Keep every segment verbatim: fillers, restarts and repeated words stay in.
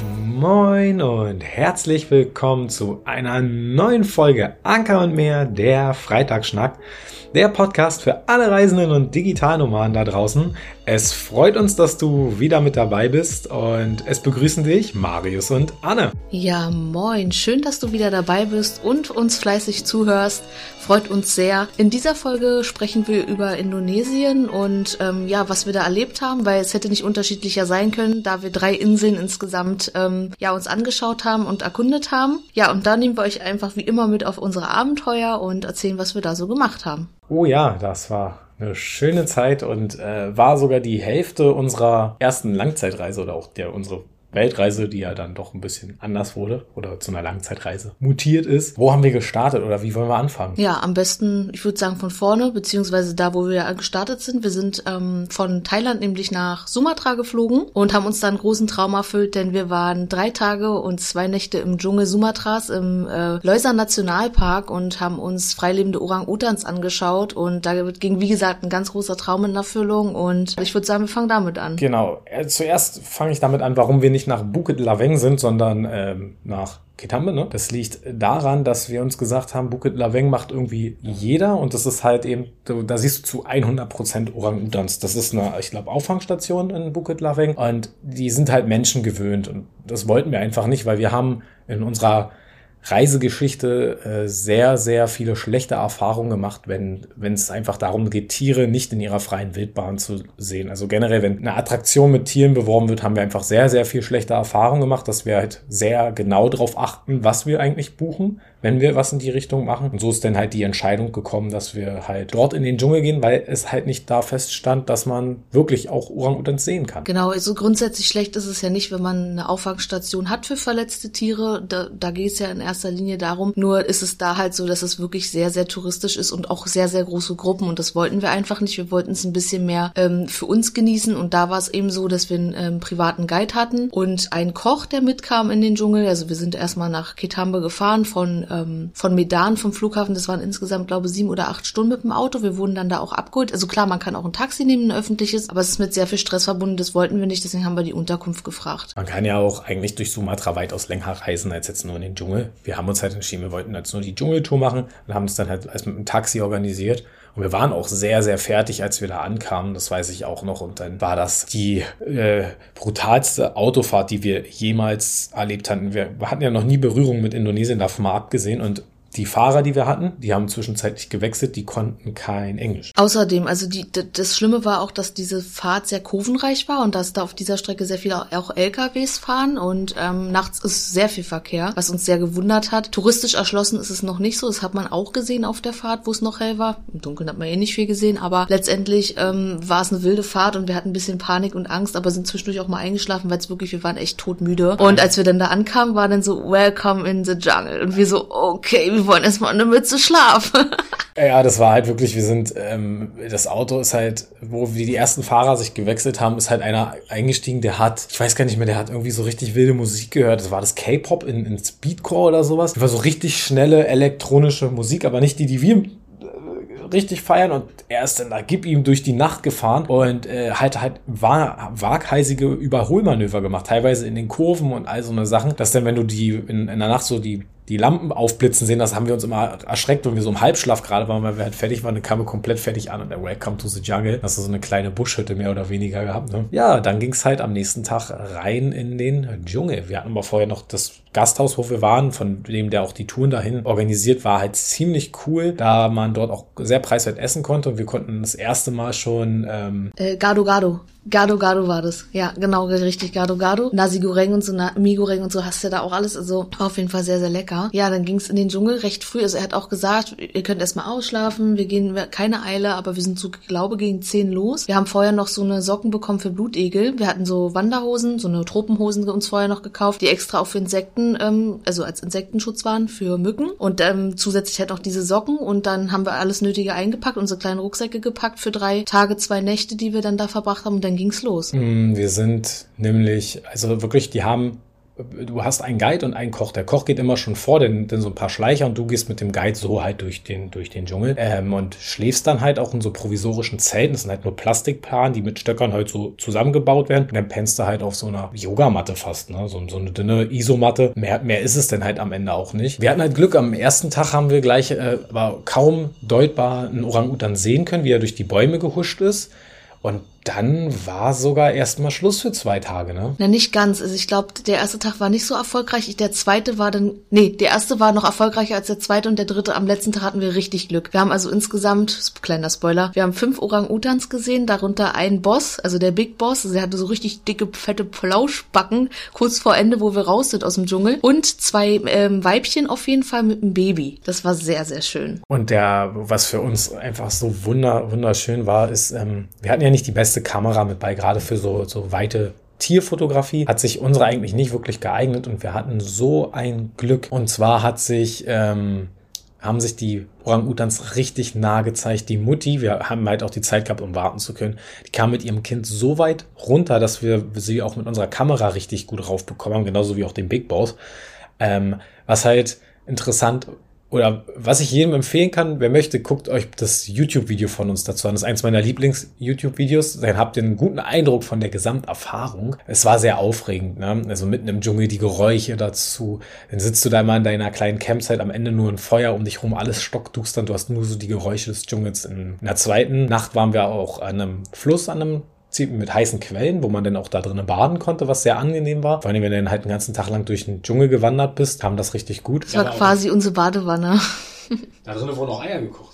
Moin und herzlich willkommen zu einer neuen Folge Anker und Meer, der Freitagsschnack, der Podcast für alle Reisenden und Digitalnomaden da draußen. Es freut uns, dass du wieder mit dabei bist und es begrüßen dich Marius und Anne. Ja, moin, schön, dass du wieder dabei bist und uns fleißig zuhörst. Freut uns sehr. In dieser Folge sprechen wir über Indonesien und ähm, ja, was wir da erlebt haben, weil es hätte nicht unterschiedlicher sein können, da wir drei Inseln insgesamt ähm, ja uns angeschaut haben und erkundet haben. Ja, und da nehmen wir euch einfach wie immer mit auf unsere Abenteuer und erzählen, was wir da so gemacht haben. Oh ja, das war eine schöne Zeit und äh, war sogar die Hälfte unserer ersten Langzeitreise oder auch der unsere Weltreise, die ja dann doch ein bisschen anders wurde oder zu einer Langzeitreise mutiert ist. Wo haben wir gestartet oder wie wollen wir anfangen? Ja, am besten, ich würde sagen von vorne, beziehungsweise da, wo wir gestartet sind. Wir sind ähm, von Thailand nämlich nach Sumatra geflogen und haben uns da einen großen Traum erfüllt, denn wir waren drei Tage und zwei Nächte im Dschungel Sumatras im äh, Leuser Nationalpark und haben uns freilebende Orang-Utans angeschaut und da ging, wie gesagt, ein ganz großer Traum in Erfüllung und ich würde sagen, wir fangen damit an. Genau, äh, zuerst fange ich damit an, warum wir nicht nach Bukit Laweng sind, sondern ähm, nach Ketambe, ne? Das liegt daran, dass wir uns gesagt haben, Bukit Laweng macht irgendwie jeder und das ist halt eben, da siehst du zu hundert Prozent Orang-Utans. Das ist eine, ich glaube, Auffangstation in Bukit Laweng und die sind halt Menschen gewöhnt und das wollten wir einfach nicht, weil wir haben in unserer Reisegeschichte äh, sehr, sehr viele schlechte Erfahrungen gemacht, wenn wenn es einfach darum geht, Tiere nicht in ihrer freien Wildbahn zu sehen. Also generell, wenn eine Attraktion mit Tieren beworben wird, haben wir einfach sehr, sehr viel schlechte Erfahrungen gemacht, dass wir halt sehr genau darauf achten, was wir eigentlich buchen, wenn wir was in die Richtung machen. Und so ist dann halt die Entscheidung gekommen, dass wir halt dort in den Dschungel gehen, weil es halt nicht da feststand, dass man wirklich auch Orang-Utans sehen kann. Genau, also grundsätzlich schlecht ist es ja nicht, wenn man eine Auffangstation hat für verletzte Tiere. Da, da geht es ja in erster Linie darum. Nur ist es da halt so, dass es wirklich sehr, sehr touristisch ist und auch sehr, sehr große Gruppen. Und das wollten wir einfach nicht. Wir wollten es ein bisschen mehr ähm, für uns genießen. Und da war es eben so, dass wir einen ähm, privaten Guide hatten und einen Koch, der mitkam in den Dschungel. Also wir sind erstmal nach Ketambe gefahren von ähm, von Medan, vom Flughafen. Das waren insgesamt, glaube ich, sieben oder acht Stunden mit dem Auto. Wir wurden dann da auch abgeholt. Also klar, man kann auch ein Taxi nehmen, ein öffentliches, aber es ist mit sehr viel Stress verbunden. Das wollten wir nicht, deswegen haben wir die Unterkunft gefragt. Man kann ja auch eigentlich durch Sumatra weitaus länger reisen, als jetzt nur in den Dschungel. Wir haben uns halt entschieden, wir wollten jetzt nur die Dschungeltour machen und haben es dann halt erst mit einem Taxi organisiert. Und wir waren auch sehr, sehr fertig, als wir da ankamen. Das weiß ich auch noch. Und dann war das die äh, brutalste Autofahrt, die wir jemals erlebt hatten. Wir hatten ja noch nie Berührung mit Indonesien, davon mal abgesehen. Und die Fahrer, die wir hatten, die haben zwischenzeitlich gewechselt, die konnten kein Englisch. Außerdem, also die, das Schlimme war auch, dass diese Fahrt sehr kurvenreich war und dass da auf dieser Strecke sehr viele auch L K Ws fahren und ähm, nachts ist sehr viel Verkehr, was uns sehr gewundert hat. Touristisch erschlossen ist es noch nicht so, das hat man auch gesehen auf der Fahrt, wo es noch hell war. Im Dunkeln hat man eh nicht viel gesehen, aber letztendlich ähm, war es eine wilde Fahrt und wir hatten ein bisschen Panik und Angst, aber sind zwischendurch auch mal eingeschlafen, weil es wirklich, wir waren echt todmüde. Und als wir dann da ankamen, war dann so, welcome in the jungle. Und wir so, okay, wir wollen erstmal eine Mütze Schlaf. Ja, das war halt wirklich, wir sind, ähm, das Auto ist halt, wo wir die ersten Fahrer sich gewechselt haben, ist halt einer eingestiegen, der hat, ich weiß gar nicht mehr, der hat irgendwie so richtig wilde Musik gehört. Das war das K-Pop in, in Speedcore oder sowas. Das war so richtig schnelle elektronische Musik, aber nicht die, die wir richtig feiern und er ist dann da, gib ihm durch die Nacht gefahren und äh, halt halt war, waghalsige Überholmanöver gemacht, teilweise in den Kurven und all so eine Sachen, dass dann, wenn du die in, in der Nacht so die die Lampen aufblitzen sehen, das haben wir uns immer erschreckt, wenn wir so im Halbschlaf gerade waren, weil wir halt fertig waren, dann kam wir komplett fertig an und der Welcome to the Jungle, das ist so eine kleine Buschhütte mehr oder weniger gehabt, ne? Ja, dann ging's halt am nächsten Tag rein in den Dschungel. Wir hatten aber vorher noch das Gasthaus, wo wir waren, von dem der auch die Touren dahin organisiert war, halt ziemlich cool, da man dort auch sehr preiswert essen konnte und wir konnten das erste Mal schon ähm äh, Gado Gado. Gado Gado war das. Ja, genau, richtig, Gado Gado. Nasi Goreng und so, Na- Mi Goreng und so hast du ja da auch alles. Also auf jeden Fall sehr, sehr lecker. Ja, dann ging's in den Dschungel recht früh. Also er hat auch gesagt, ihr könnt erstmal ausschlafen, wir gehen, keine Eile, aber wir sind so, glaube gegen zehn los. Wir haben vorher noch so eine Socken bekommen für Blutegel. Wir hatten so Wanderhosen, so eine Tropenhosen uns vorher noch gekauft, die extra auch für Insekten, ähm, also als Insektenschutz waren für Mücken. Und ähm, zusätzlich halt auch diese Socken. Und dann haben wir alles Nötige eingepackt, unsere kleinen Rucksäcke gepackt für drei Tage, zwei Nächte, die wir dann da verbracht haben. Und dann ging's los. Wir sind nämlich, also wirklich, die haben du hast einen Guide und einen Koch. Der Koch geht immer schon vor, denn, denn so ein paar Schleicher und du gehst mit dem Guide so halt durch den, durch den Dschungel ähm, und schläfst dann halt auch in so provisorischen Zelten. Das sind halt nur Plastikplanen, die mit Stöckern halt so zusammengebaut werden. Und dann pennst du halt auf so einer Yogamatte fast, ne? So, so eine dünne Isomatte. Mehr, mehr ist es denn halt am Ende auch nicht. Wir hatten halt Glück, am ersten Tag haben wir gleich, äh, war kaum deutbar einen Orang-Utan sehen können, wie er durch die Bäume gehuscht ist. Und dann war sogar erstmal Schluss für zwei Tage, ne? Na, nicht ganz. Also ich glaube, der erste Tag war nicht so erfolgreich. Der zweite war dann, nee, der erste war noch erfolgreicher als der zweite und der dritte. Am letzten Tag hatten wir richtig Glück. Wir haben also insgesamt, kleiner Spoiler, wir haben fünf Orang-Utans gesehen, darunter einen Boss, also der Big Boss. Also der hatte so richtig dicke, fette Plauschbacken, kurz vor Ende, wo wir raus sind aus dem Dschungel. Und zwei ähm, Weibchen auf jeden Fall mit einem Baby. Das war sehr, sehr schön. Und der, was für uns einfach so wunder, wunderschön war, ist, ähm, wir hatten ja nicht die beste Kamera mit bei, gerade für so, so weite Tierfotografie hat sich unsere eigentlich nicht wirklich geeignet und wir hatten so ein Glück. Und zwar hat sich, ähm, haben sich die Orang-Utans richtig nah gezeigt. Die Mutti, wir haben halt auch die Zeit gehabt, um warten zu können, die kam mit ihrem Kind so weit runter, dass wir sie auch mit unserer Kamera richtig gut raufbekommen haben, genauso wie auch den Big Boss. Ähm, was halt interessant Oder was ich jedem empfehlen kann, wer möchte, guckt euch das YouTube-Video von uns dazu an. Das ist eins meiner Lieblings-YouTube-Videos. Dann habt ihr einen guten Eindruck von der Gesamterfahrung. Es war sehr aufregend, ne? Also mitten im Dschungel die Geräusche dazu. Dann sitzt du da mal in deiner kleinen Campsite, am Ende nur ein Feuer um dich rum, alles stockduster. Du hast nur so die Geräusche des Dschungels. In der zweiten Nacht waren wir auch an einem Fluss, an einem mit heißen Quellen, wo man dann auch da drinnen baden konnte, was sehr angenehm war. Vor allem, wenn du dann halt einen ganzen Tag lang durch den Dschungel gewandert bist, kam das richtig gut. Das war quasi unsere Badewanne. Da drinnen wurden auch Eier gekocht.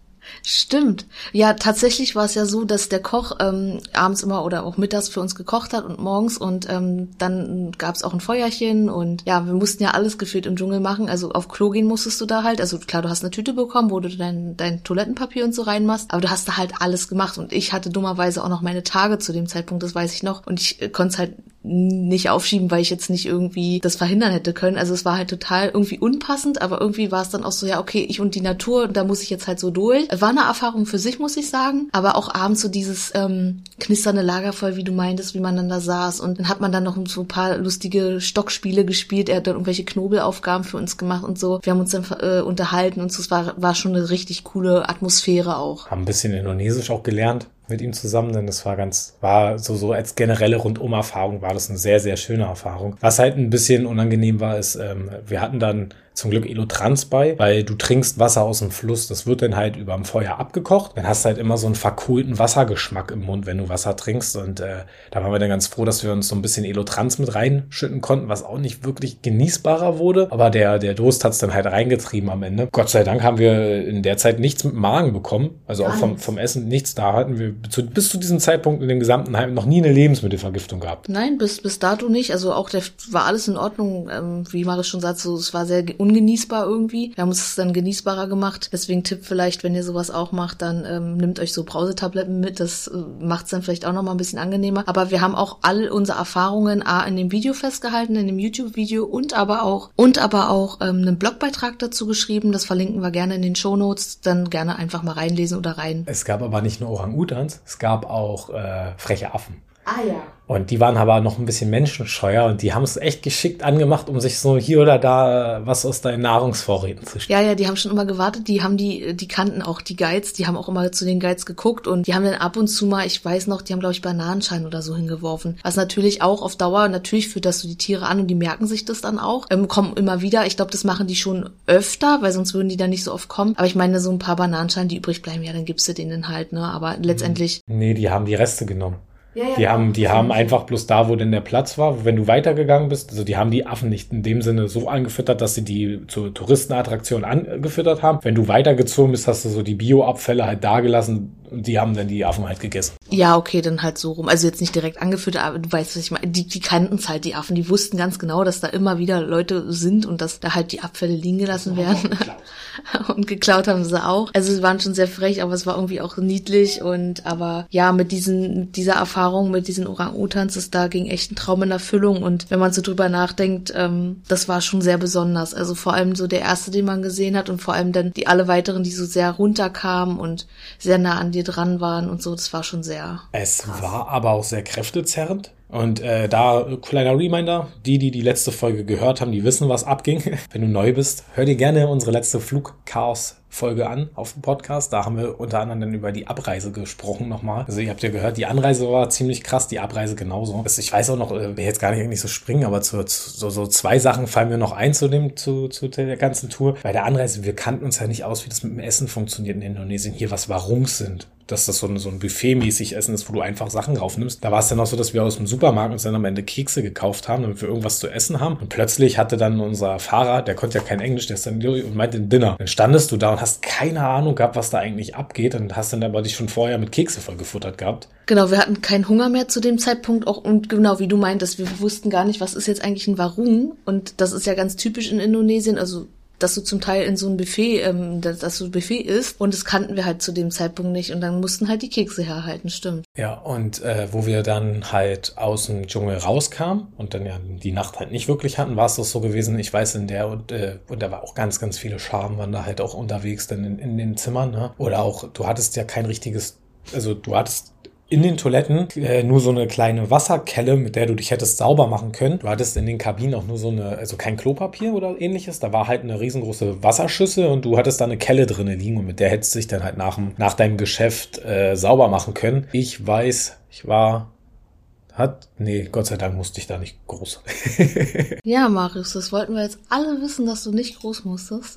Stimmt. Ja, tatsächlich war es ja so, dass der Koch ähm, abends immer oder auch mittags für uns gekocht hat und morgens und ähm, dann gab es auch ein Feuerchen und ja, wir mussten ja alles gefühlt im Dschungel machen. Also auf Klo gehen musstest du da halt. Also klar, du hast eine Tüte bekommen, wo du dein, dein Toilettenpapier und so reinmachst, aber du hast da halt alles gemacht und ich hatte dummerweise auch noch meine Tage zu dem Zeitpunkt, das weiß ich noch und ich äh, konnte es halt nicht aufschieben, weil ich jetzt nicht irgendwie das verhindern hätte können. Also es war halt total irgendwie unpassend, aber irgendwie war es dann auch so, ja okay, ich und die Natur, da muss ich jetzt halt so durch. Es war eine Erfahrung für sich, muss ich sagen, aber auch abends so dieses ähm, knisternde Lagerfeuer, wie du meintest, wie man dann da saß und dann hat man dann noch so ein paar lustige Stockspiele gespielt, er hat dann irgendwelche Knobelaufgaben für uns gemacht und so. Wir haben uns dann äh, unterhalten und so, es war, war schon eine richtig coole Atmosphäre auch. Haben ein bisschen Indonesisch auch gelernt mit ihm zusammen, denn das war ganz, war so, so als generelle Rundum-Erfahrung war das eine sehr, sehr schöne Erfahrung. Was halt ein bisschen unangenehm war, ist, ähm, wir hatten dann zum Glück Elotrans bei, weil du trinkst Wasser aus dem Fluss, das wird dann halt über dem Feuer abgekocht, dann hast du halt immer so einen verkohlten Wassergeschmack im Mund, wenn du Wasser trinkst und äh, da waren wir dann ganz froh, dass wir uns so ein bisschen Elotrans mit reinschütten konnten, was auch nicht wirklich genießbarer wurde, aber der, der Durst hat's dann halt reingetrieben am Ende. Gott sei Dank haben wir in der Zeit nichts mit dem Magen bekommen, also auch vom, vom Essen nichts, da hatten wir zu, bis zu diesem Zeitpunkt in dem gesamten Heim noch nie eine Lebensmittelvergiftung gehabt. Nein, bis, bis dato nicht, also auch der war alles in Ordnung, ähm, wie Maris schon sagt, so, es war sehr ungenießbar irgendwie. Wir haben es dann genießbarer gemacht. Deswegen Tipp vielleicht, wenn ihr sowas auch macht, dann ähm, nehmt euch so Brausetabletten mit. Das äh, macht es dann vielleicht auch nochmal ein bisschen angenehmer. Aber wir haben auch all unsere Erfahrungen A, in dem Video festgehalten, in dem YouTube-Video und aber auch und aber auch ähm, einen Blogbeitrag dazu geschrieben. Das verlinken wir gerne in den Shownotes. Dann gerne einfach mal reinlesen oder rein. Es gab aber nicht nur Orang-Utans, es gab auch äh, freche Affen. Ah ja. Und die waren aber noch ein bisschen menschenscheuer und die haben es echt geschickt angemacht, um sich so hier oder da was aus deinen Nahrungsvorräten zu stellen. Ja, ja, die haben schon immer gewartet, die haben die, die kannten auch die Guides, die haben auch immer zu den Guides geguckt und die haben dann ab und zu mal, ich weiß noch, die haben glaube ich Bananenschalen oder so hingeworfen. Was natürlich auch auf Dauer, natürlich führt das so die Tiere an und die merken sich das dann auch, ähm, kommen immer wieder. Ich glaube, das machen die schon öfter, weil sonst würden die dann nicht so oft kommen. Aber ich meine, so ein paar Bananenschalen, die übrig bleiben, ja, dann gibst du denen halt, ne, aber letztendlich... Nee, die haben die Reste genommen. Ja, ja, die haben, die haben einfach bloß da, wo denn der Platz war, wenn du weitergegangen bist, also die haben die Affen nicht in dem Sinne so angefüttert, dass sie die zur Touristenattraktion angefüttert haben. Wenn du weitergezogen bist, hast du so die Bioabfälle halt da gelassen und die haben dann die Affen halt gegessen. Ja, okay, dann halt so rum. Also jetzt nicht direkt angefüttert, aber du weißt, was ich meine. Die, die kannten es halt, die Affen, die wussten ganz genau, dass da immer wieder Leute sind und dass da halt die Abfälle liegen gelassen werden. Und geklaut haben sie auch. Also sie waren schon sehr frech, aber es war irgendwie auch niedlich und aber ja, mit diesen, mit dieser Erfahrung, mit diesen Orang-Utans, ist da ging echt ein Traum in Erfüllung und wenn man so drüber nachdenkt, ähm, das war schon sehr besonders. Also vor allem so der erste, den man gesehen hat und vor allem dann die alle weiteren, die so sehr runterkamen und sehr nah an dir dran waren und so, das war schon sehr Es krass. war aber auch sehr kräftezerrend. Und äh, da kleiner Reminder, die, die die letzte Folge gehört haben, die wissen, was abging. Wenn du neu bist, hör dir gerne unsere letzte Flugchaos-Folge an auf dem Podcast. Da haben wir unter anderem dann über die Abreise gesprochen nochmal. Also ihr habt ja gehört, die Anreise war ziemlich krass, die Abreise genauso. Also ich weiß auch noch, will jetzt gar nicht eigentlich so springen, aber zu, zu, so, so zwei Sachen fallen mir noch ein zu dem, zu, zu der ganzen Tour. Bei der Anreise, wir kannten uns ja nicht aus, wie das mit dem Essen funktioniert in Indonesien. Hier, was Warungs sind. Dass das so ein, so ein Buffet-mäßig Essen ist, wo du einfach Sachen raufnimmst. Da war es dann auch so, dass wir aus dem Supermarkt uns dann am Ende Kekse gekauft haben, damit wir irgendwas zu essen haben. Und plötzlich hatte dann unser Fahrer, der konnte ja kein Englisch, der ist dann und meinte Dinner. Dann standest du da und hast keine Ahnung gehabt, was da eigentlich abgeht und hast dann aber dich schon vorher mit Kekse voll gefuttert gehabt. Genau, wir hatten keinen Hunger mehr zu dem Zeitpunkt auch und genau, wie du meintest, wir wussten gar nicht, was ist jetzt eigentlich ein Warung. Und das ist ja ganz typisch in Indonesien, also dass du zum Teil in so ein Buffet, ähm, dass, dass du ein Buffet isst und das kannten wir halt zu dem Zeitpunkt nicht und dann mussten halt die Kekse herhalten, stimmt. Ja, und äh, wo wir dann halt aus dem Dschungel rauskamen und dann ja die Nacht halt nicht wirklich hatten, war es doch so gewesen, ich weiß in der und, äh, und da war auch ganz, ganz viele Schaben waren da halt auch unterwegs dann in, in den Zimmern, ne? Oder auch, du hattest ja kein richtiges, also du hattest in den Toiletten äh, nur so eine kleine Wasserkelle, mit der du dich hättest sauber machen können. Du hattest in den Kabinen auch nur so eine, also kein Klopapier oder ähnliches. Da war halt eine riesengroße Wasserschüssel und du hattest da eine Kelle drinne liegen und mit der hättest du dich dann halt nach, nach deinem Geschäft äh, sauber machen können. Ich weiß, ich war... Hat, nee, Gott sei Dank musste ich da nicht groß. Ja, Marius, das wollten wir jetzt alle wissen, dass du nicht groß musstest.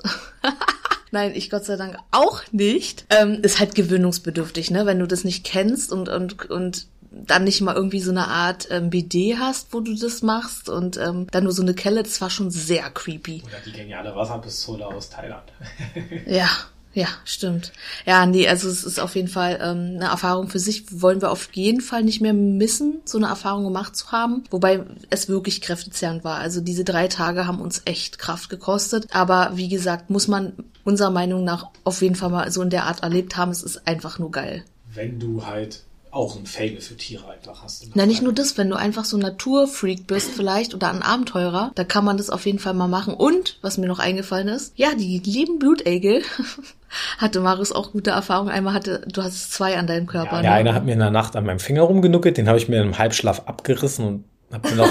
Nein, ich Gott sei Dank auch nicht. Ähm, ist halt gewöhnungsbedürftig, ne? Wenn du das nicht kennst und und und dann nicht mal irgendwie so eine Art ähm, B D hast, wo du das machst und ähm, dann nur so eine Kelle, das war schon sehr creepy. Oder die geniale Wasserpistole aus Thailand. Ja. Ja, stimmt. Ja, nee, also es ist auf jeden Fall ähm, eine Erfahrung für sich. Wollen wir auf jeden Fall nicht mehr missen, so eine Erfahrung gemacht zu haben. Wobei es wirklich kräftezehrend war. Also diese drei Tage haben uns echt Kraft gekostet. Aber wie gesagt, muss man unserer Meinung nach auf jeden Fall mal so in der Art erlebt haben. Es ist einfach nur geil. Wenn du halt auch ein Faible für Tiere einfach hast. Na, nicht nur das, wenn du einfach so ein Naturfreak bist vielleicht oder ein Abenteurer, da kann man das auf jeden Fall mal machen. Und, was mir noch eingefallen ist, ja, die lieben Blutegel hatte Marius auch gute Erfahrungen. Einmal hatte, du hast zwei an deinem Körper. Ja, ne? Der eine hat mir in der Nacht an meinem Finger rumgenuckelt, den habe ich mir im Halbschlaf abgerissen und hab mir noch...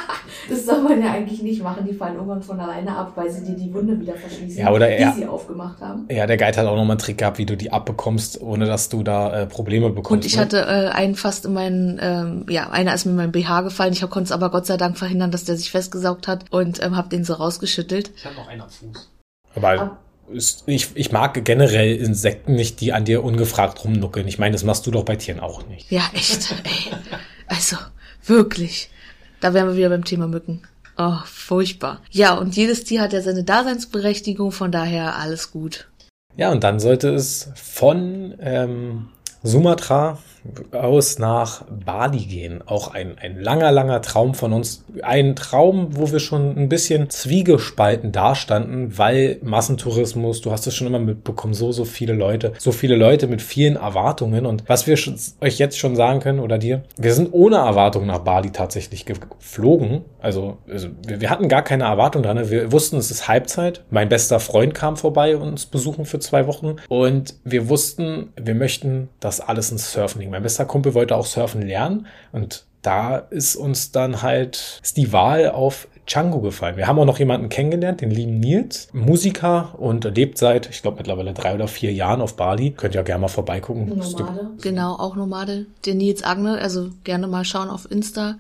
Das soll man ja eigentlich nicht machen, die fallen irgendwann von alleine ab, weil sie dir die Wunde wieder verschließen, ja, oder die er, sie aufgemacht haben. Ja, der Guide hat auch nochmal einen Trick gehabt, wie du die abbekommst, ohne dass du da äh, Probleme bekommst. Und ich ne? hatte äh, einen fast in meinen, ähm, ja, einer ist mir in meinen B H gefallen, ich konnte es aber Gott sei Dank verhindern, dass der sich festgesaugt hat und ähm, habe den so rausgeschüttelt. Ich habe noch einen am Fuß. Aber... Ab Ich, ich mag generell Insekten nicht, die an dir ungefragt rumnuckeln. Ich meine, das machst du doch bei Tieren auch nicht. Ja, echt. Ey. Also, wirklich. Da wären wir wieder beim Thema Mücken. Oh, furchtbar. Ja, und jedes Tier hat ja seine Daseinsberechtigung, von daher alles gut. Ja, und dann sollte es von ähm, Sumatra aus nach Bali gehen. Auch ein, ein langer, langer Traum von uns. Ein Traum, wo wir schon ein bisschen zwiegespalten dastanden, weil Massentourismus, du hast es schon immer mitbekommen, so, so viele Leute, so viele Leute mit vielen Erwartungen. Und was wir schon, euch jetzt schon sagen können, oder dir, wir sind ohne Erwartung nach Bali tatsächlich geflogen. Also, also wir, wir hatten gar keine Erwartung dran. Wir wussten, es ist Halbzeit. Mein bester Freund kam vorbei und uns besuchen für zwei Wochen. Und wir wussten, wir möchten das alles ins Surfen legen. Mein bester Kumpel wollte auch surfen lernen und da ist uns dann halt ist die Wahl auf Canggu gefallen. Wir haben auch noch jemanden kennengelernt, den lieben Nils, Musiker und lebt seit, ich glaube, mittlerweile drei oder vier Jahren auf Bali. Könnt ihr ja gerne mal vorbeigucken. Nomade. Genau, auch Nomade. Der Nils Agne, also gerne mal schauen auf Insta.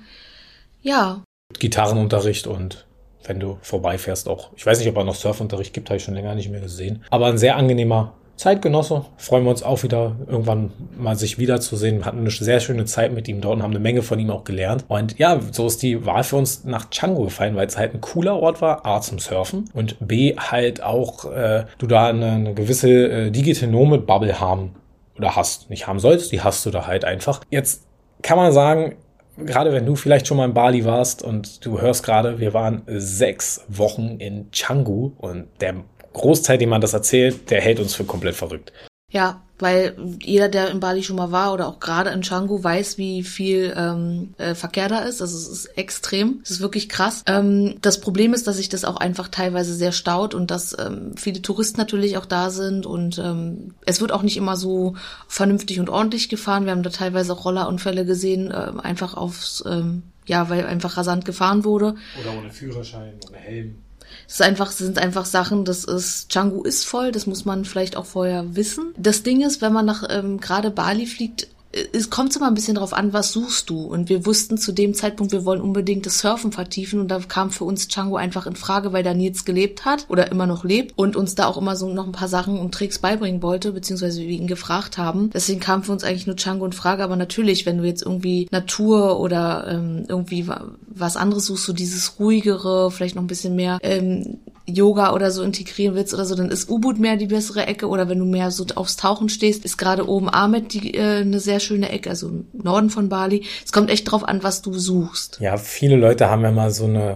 Ja. Gitarrenunterricht und wenn du vorbeifährst auch. Ich weiß nicht, ob er noch Surfunterricht gibt, habe ich schon länger nicht mehr gesehen. Aber ein sehr angenehmer Zeitgenosse. Freuen wir uns auch wieder, irgendwann mal sich wiederzusehen. Wir hatten eine sehr schöne Zeit mit ihm dort und haben eine Menge von ihm auch gelernt. Und ja, so ist die Wahl für uns nach Canggu gefallen, weil es halt ein cooler Ort war, A, zum Surfen und B, halt auch, äh, du da eine, eine gewisse äh, Digital Nomad Bubble haben oder hast. Nicht haben sollst, die hast du da halt einfach. Jetzt kann man sagen, gerade wenn du vielleicht schon mal in Bali warst und du hörst gerade, wir waren sechs Wochen in Canggu und der Großteil, dem man das erzählt, der hält uns für komplett verrückt. Ja, weil jeder, der in Bali schon mal war oder auch gerade in Canggu, weiß, wie viel ähm, äh, Verkehr da ist. Also es ist extrem. Es ist wirklich krass. Ähm, das Problem ist, dass sich das auch einfach teilweise sehr staut und dass ähm, viele Touristen natürlich auch da sind und ähm, es wird auch nicht immer so vernünftig und ordentlich gefahren. Wir haben da teilweise auch Rollerunfälle gesehen, äh, einfach aufs, ähm, ja, weil einfach rasant gefahren wurde. Oder ohne Führerschein, ohne Helm. Es ist einfach, sind einfach Sachen, das ist, Canggu ist voll, das muss man vielleicht auch vorher wissen. Das Ding ist, wenn man nach ähm, gerade Bali fliegt, es kommt immer ein bisschen drauf an, was suchst du? Und wir wussten zu dem Zeitpunkt, wir wollen unbedingt das Surfen vertiefen und da kam für uns Canggu einfach in Frage, weil da Nils gelebt hat oder immer noch lebt und uns da auch immer so noch ein paar Sachen und Tricks beibringen wollte, beziehungsweise wir ihn gefragt haben. Deswegen kam für uns eigentlich nur Canggu in Frage, aber natürlich, wenn du jetzt irgendwie Natur oder ähm, irgendwie was anderes suchst, so dieses ruhigere, vielleicht noch ein bisschen mehr ähm, Yoga oder so integrieren willst oder so, dann ist Ubud mehr die bessere Ecke oder wenn du mehr so aufs Tauchen stehst, ist gerade oben Amed die, äh, eine sehr schöne Ecke, also im Norden von Bali. Es kommt echt drauf an, was du suchst. Ja, viele Leute haben ja mal so eine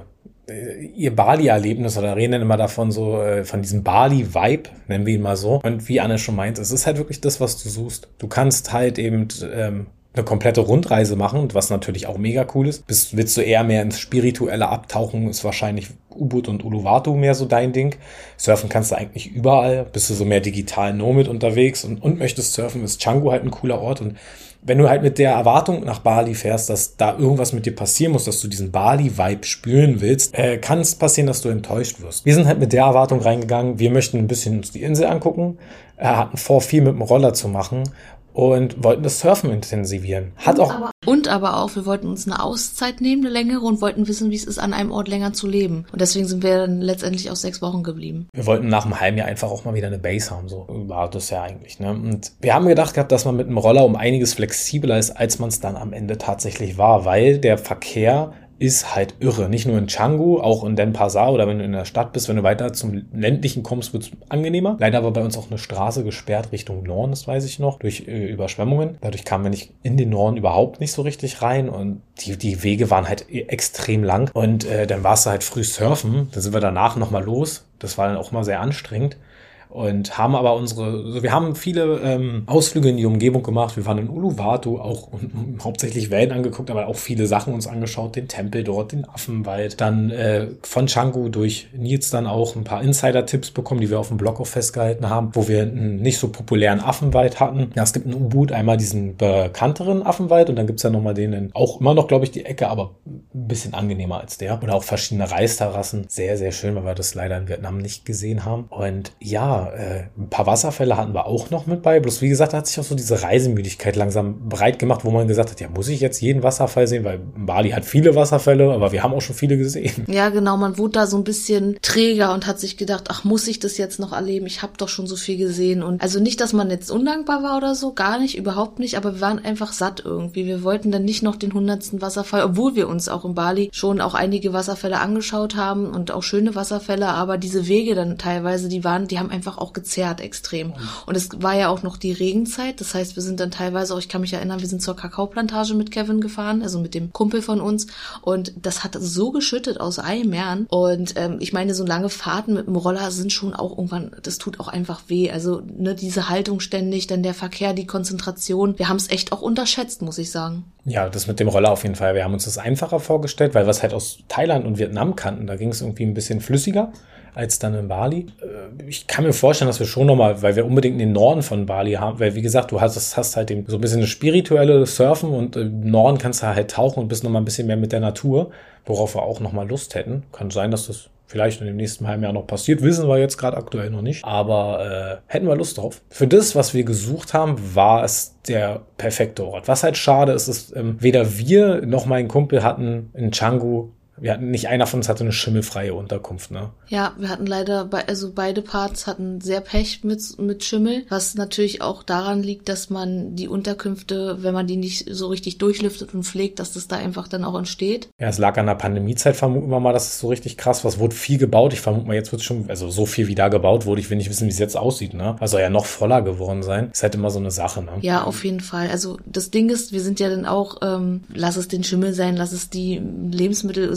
ihr Bali-Erlebnis oder reden dann immer davon so, äh, von diesem Bali-Vibe, nennen wir ihn mal so. Und wie Anne schon meint, es ist halt wirklich das, was du suchst. Du kannst halt eben ähm, eine komplette Rundreise machen, was natürlich auch mega cool ist. Bist, willst du eher mehr ins spirituelle abtauchen, ist wahrscheinlich Ubud und Uluwatu mehr so dein Ding. Surfen kannst du eigentlich überall. Bist du so mehr digital Nomad unterwegs und, und möchtest surfen, ist Canggu halt ein cooler Ort. Und wenn du halt mit der Erwartung nach Bali fährst, dass da irgendwas mit dir passieren muss, dass du diesen Bali-Vibe spüren willst, äh, kann es passieren, dass du enttäuscht wirst. Wir sind halt mit der Erwartung reingegangen, wir möchten ein bisschen uns die Insel angucken, äh, hatten vor, viel mit dem Roller zu machen und wollten das Surfen intensivieren. Hat und, auch aber, und aber auch, wir wollten uns eine Auszeit nehmen, eine längere, und wollten wissen, wie es ist, an einem Ort länger zu leben. Und deswegen sind wir dann letztendlich auch sechs Wochen geblieben. Wir wollten nach einem halben Jahr einfach auch mal wieder eine Base haben. So war das ja eigentlich. Ne? Und wir haben gedacht gehabt, dass man mit einem Roller um einiges flexibler ist, als man es dann am Ende tatsächlich war, weil der Verkehr ist halt irre. Nicht nur in Canggu, auch in Denpasar oder wenn du in der Stadt bist, wenn du weiter zum ländlichen kommst, wird es angenehmer. Leider war bei uns auch eine Straße gesperrt Richtung Norden, das weiß ich noch, durch äh, Überschwemmungen. Dadurch kamen wir nicht in den Norden überhaupt nicht so richtig rein und die, die Wege waren halt extrem lang. Und äh, dann warst du halt früh surfen, dann sind wir danach nochmal los. Das war dann auch mal sehr anstrengend. Und haben aber unsere, also wir haben viele ähm, Ausflüge in die Umgebung gemacht. Wir waren in Uluwatu, auch und, und, hauptsächlich Wellen angeguckt, aber auch viele Sachen uns angeschaut, den Tempel dort, den Affenwald. Dann äh, von Canggu durch Nils dann auch ein paar Insider-Tipps bekommen, die wir auf dem Blog auch festgehalten haben, wo wir einen nicht so populären Affenwald hatten. Ja, es gibt in Ubud einmal diesen bekannteren Affenwald und dann gibt's ja nochmal den, auch immer noch, glaube ich, die Ecke, aber ein bisschen angenehmer als der. Oder auch verschiedene Reisterrassen. Sehr, sehr schön, weil wir das leider in Vietnam nicht gesehen haben. Und ja, Äh, ein paar Wasserfälle hatten wir auch noch mit bei. Bloß wie gesagt, da hat sich auch so diese Reisemüdigkeit langsam breit gemacht, wo man gesagt hat, ja, muss ich jetzt jeden Wasserfall sehen? Weil Bali hat viele Wasserfälle, aber wir haben auch schon viele gesehen. Ja, genau. Man wurde da so ein bisschen träger und hat sich gedacht, ach, muss ich das jetzt noch erleben? Ich habe doch schon so viel gesehen. Und also nicht, dass man jetzt undankbar war oder so, gar nicht, überhaupt nicht. Aber wir waren einfach satt irgendwie. Wir wollten dann nicht noch den hundertsten Wasserfall, obwohl wir uns auch in Bali schon auch einige Wasserfälle angeschaut haben und auch schöne Wasserfälle. Aber diese Wege dann teilweise, die waren, die haben einfach auch gezerrt extrem. Und es war ja auch noch die Regenzeit. Das heißt, wir sind dann teilweise auch, ich kann mich erinnern, wir sind zur Kakaoplantage mit Kevin gefahren, also mit dem Kumpel von uns. Und das hat so geschüttet aus Eimern. Und ähm, ich meine, so lange Fahrten mit dem Roller sind schon auch irgendwann, das tut auch einfach weh. Also ne, diese Haltung ständig, dann der Verkehr, die Konzentration. Wir haben es echt auch unterschätzt, muss ich sagen. Ja, das mit dem Roller auf jeden Fall. Wir haben uns das einfacher vorgestellt, weil wir es halt aus Thailand und Vietnam kannten. Da ging es irgendwie ein bisschen flüssiger als dann in Bali. Ich kann mir vorstellen, dass wir schon nochmal, weil wir unbedingt in den Norden von Bali haben, weil wie gesagt, du hast, hast halt so ein bisschen eine spirituelle Surfen und im Norden kannst du halt tauchen und bist nochmal ein bisschen mehr mit der Natur, worauf wir auch nochmal Lust hätten. Kann sein, dass das vielleicht in dem nächsten halben Jahr noch passiert, wissen wir jetzt gerade aktuell noch nicht, aber äh, hätten wir Lust drauf. Für das, was wir gesucht haben, war es der perfekte Ort. Was halt schade ist, ist, ähm, weder wir noch mein Kumpel hatten in Canggu, wir hatten, nicht einer von uns hatte eine schimmelfreie Unterkunft, ne? Ja, wir hatten leider, be- also beide Parts hatten sehr Pech mit, mit Schimmel, was natürlich auch daran liegt, dass man die Unterkünfte, wenn man die nicht so richtig durchlüftet und pflegt, dass das da einfach dann auch entsteht. Ja, es lag an der Pandemiezeit, vermuten wir mal, das ist so richtig krass. Was wurde viel gebaut? Ich vermute mal, jetzt wird es schon, also so viel wie da gebaut wurde, ich will nicht wissen, wie es jetzt aussieht, ne? Also ja noch voller geworden sein. Ist halt immer so eine Sache, ne? Ja, auf jeden Fall. Also das Ding ist, wir sind ja dann auch, ähm, lass es den Schimmel sein, lass es die Lebensmittel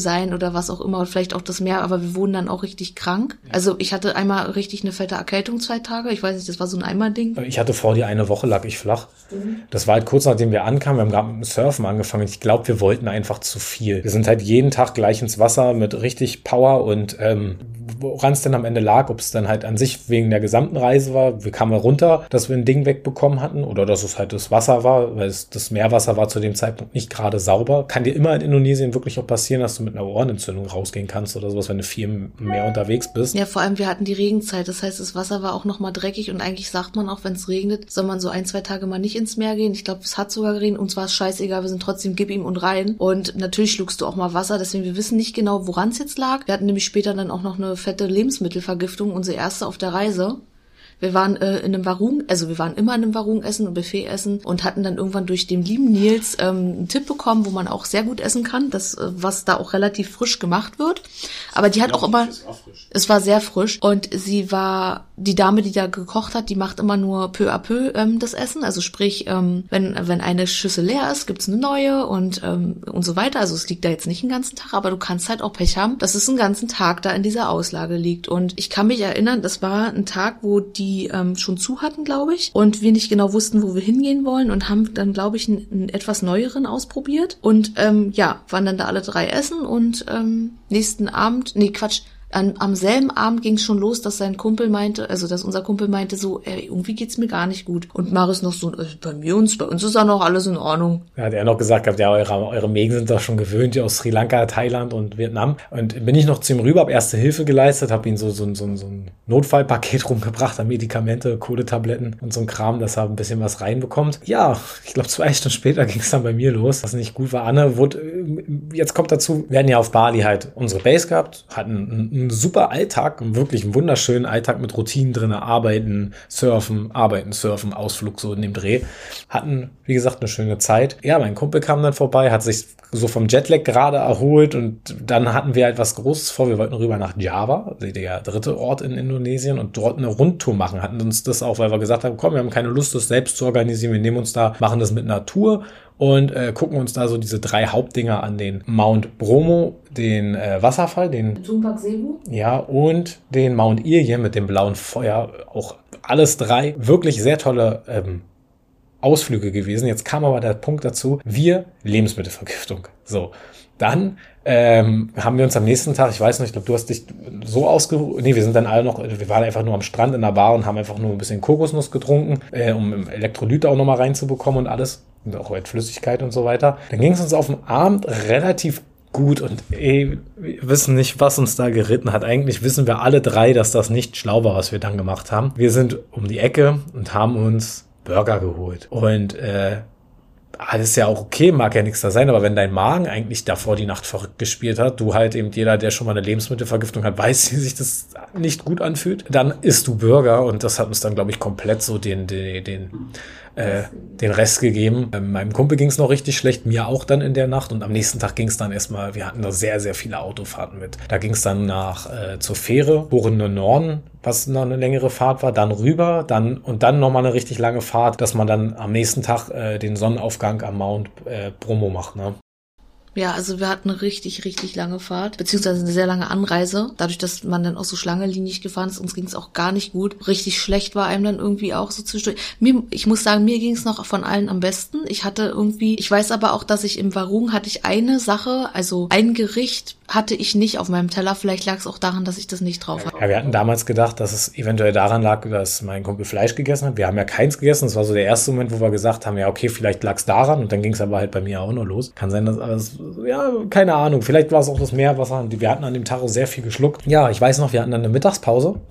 sein oder was auch immer, und vielleicht auch das Meer, aber wir wurden dann auch richtig krank. Also ich hatte einmal richtig eine fette Erkältung zwei Tage, ich weiß nicht, das war so ein Einmal-Ding. Ich hatte vor dir eine Woche, lag ich flach. Mhm. Das war halt kurz nachdem wir ankamen, wir haben gerade mit dem Surfen angefangen und ich glaube, wir wollten einfach zu viel. Wir sind halt jeden Tag gleich ins Wasser mit richtig Power und ähm, woran es denn am Ende lag, ob es dann halt an sich wegen der gesamten Reise war, wir kamen runter, dass wir ein Ding wegbekommen hatten oder dass es halt das Wasser war, weil es, das Meerwasser war zu dem Zeitpunkt nicht gerade sauber. Kann dir immer in Indonesien wirklich auch passieren, dass du mit einer Ohrenentzündung rausgehen kannst oder sowas, wenn du viel im Meer unterwegs bist. Ja, vor allem wir hatten die Regenzeit, das heißt, das Wasser war auch nochmal dreckig und eigentlich sagt man auch, wenn es regnet, soll man so ein, zwei Tage mal nicht ins Meer gehen. Ich glaube, es hat sogar geregnet, uns war es scheißegal, wir sind trotzdem gib ihm und rein und natürlich schluckst du auch mal Wasser, deswegen wir wissen nicht genau, woran es jetzt lag. Wir hatten nämlich später dann auch noch eine fette Lebensmittelvergiftung, unsere erste auf der Reise. Wir waren äh, in einem Warung, also wir waren immer in einem Warung essen und Buffet essen und hatten dann irgendwann durch den lieben Nils ähm, einen Tipp bekommen, wo man auch sehr gut essen kann, das äh, was da auch relativ frisch gemacht wird. Aber die hat ja, auch immer, es war sehr frisch und sie war, die Dame, die da gekocht hat, die macht immer nur peu à peu ähm, das Essen, also sprich, ähm, wenn wenn eine Schüssel leer ist, gibt's eine neue und ähm, und so weiter. Also es liegt da jetzt nicht den ganzen Tag, aber du kannst halt auch Pech haben, dass es einen ganzen Tag da in dieser Auslage liegt. Und ich kann mich erinnern, das war ein Tag, wo die die ähm, schon zu hatten, glaube ich, und wir nicht genau wussten, wo wir hingehen wollen und haben dann, glaube ich, einen, einen etwas neueren ausprobiert und ähm, ja, waren dann da alle drei essen und ähm, nächsten Abend, nee, Quatsch, An, am selben Abend ging es schon los, dass sein Kumpel meinte, also dass unser Kumpel meinte so, ey, irgendwie geht's mir gar nicht gut. Und Marius noch so, äh, bei mir uns, bei uns ist auch noch alles in Ordnung. Ja, hat er noch gesagt gehabt, ja, eure, eure Mägen sind doch schon gewöhnt, aus Sri Lanka, Thailand und Vietnam. Und bin ich noch zu ihm rüber, habe erste Hilfe geleistet, habe ihm so, so, so, so ein Notfallpaket rumgebracht an Medikamente, Kohletabletten und so ein Kram, dass er ein bisschen was reinbekommt. Ja, ich glaube, zwei Stunden später ging es dann bei mir los, was nicht gut war. Anne wurde, jetzt kommt dazu, wir hatten ja auf Bali halt unsere Base gehabt, hatten einen einen super Alltag, einen wirklich einen wunderschönen Alltag mit Routinen drin, arbeiten, surfen, arbeiten, surfen, Ausflug so in dem Dreh. Hatten, wie gesagt, eine schöne Zeit. Ja, mein Kumpel kam dann vorbei, hat sich so vom Jetlag gerade erholt und dann hatten wir halt was Großes vor. Wir wollten rüber nach Java, der dritte Ort in Indonesien und dort eine Rundtour machen. Hatten uns das auch, weil wir gesagt haben, komm, wir haben keine Lust, das selbst zu organisieren. Wir nehmen uns da, machen das mit einer Tour und äh, gucken uns da so diese drei Hauptdinger an, den Mount Bromo, den äh, Wasserfall, den Tumpak Sewu. Ja, und den Mount Irje mit dem blauen Feuer. Auch alles drei wirklich sehr tolle ähm, Ausflüge gewesen. Jetzt kam aber der Punkt dazu, wir Lebensmittelvergiftung. So, dann ähm, haben wir uns am nächsten Tag, ich weiß nicht, ich glaube, du hast dich so ausgeruht, nee, wir sind dann alle noch, wir waren einfach nur am Strand in der Bar und haben einfach nur ein bisschen Kokosnuss getrunken, äh, um Elektrolyte auch nochmal reinzubekommen und alles, und auch halt Flüssigkeit und so weiter. Dann ging es uns auf dem Abend relativ gut und ey, wir wissen nicht, was uns da geritten hat. Eigentlich wissen wir alle drei, dass das nicht schlau war, was wir dann gemacht haben. Wir sind um die Ecke und haben uns Burger geholt. Und äh, alles ja auch okay, mag ja nichts da sein, aber wenn dein Magen eigentlich davor die Nacht verrückt gespielt hat, du halt eben jeder, der schon mal eine Lebensmittelvergiftung hat, weiß, wie sich das nicht gut anfühlt, dann isst du Burger und das hat uns dann, glaube ich, komplett so den, den, den, äh, den Rest gegeben. Ähm, meinem Kumpel ging es noch richtig schlecht, mir auch dann in der Nacht und am nächsten Tag ging es dann erstmal, wir hatten da sehr, sehr viele Autofahrten mit. Da ging es dann nach äh, zur Fähre, hoch in den Norden, was noch eine längere Fahrt war, dann rüber, dann und dann nochmal eine richtig lange Fahrt, dass man dann am nächsten Tag äh, den Sonnenaufgang am Mount äh, Bromo macht, ne? Ja, also wir hatten eine richtig, richtig lange Fahrt, beziehungsweise eine sehr lange Anreise. Dadurch, dass man dann auch so schlangenlinig gefahren ist, uns ging es auch gar nicht gut. Richtig schlecht war einem dann irgendwie auch so zwischendurch. Mir, ich muss sagen, mir ging es noch von allen am besten. Ich hatte irgendwie, ich weiß aber auch, dass ich im Warung hatte ich eine Sache, also ein Gericht hatte ich nicht auf meinem Teller. Vielleicht lag es auch daran, dass ich das nicht drauf hatte. Ja, wir hatten damals gedacht, dass es eventuell daran lag, dass mein Kumpel Fleisch gegessen hat. Wir haben ja keins gegessen. Das war so der erste Moment, wo wir gesagt haben, ja okay, vielleicht lag es daran. Und dann ging es aber halt bei mir auch nur los. Kann sein, dass alles, ja, keine Ahnung. Vielleicht war es auch das Meerwasser. Wir hatten an dem Tag sehr viel geschluckt. Ja, ich weiß noch, wir hatten dann eine Mittagspause.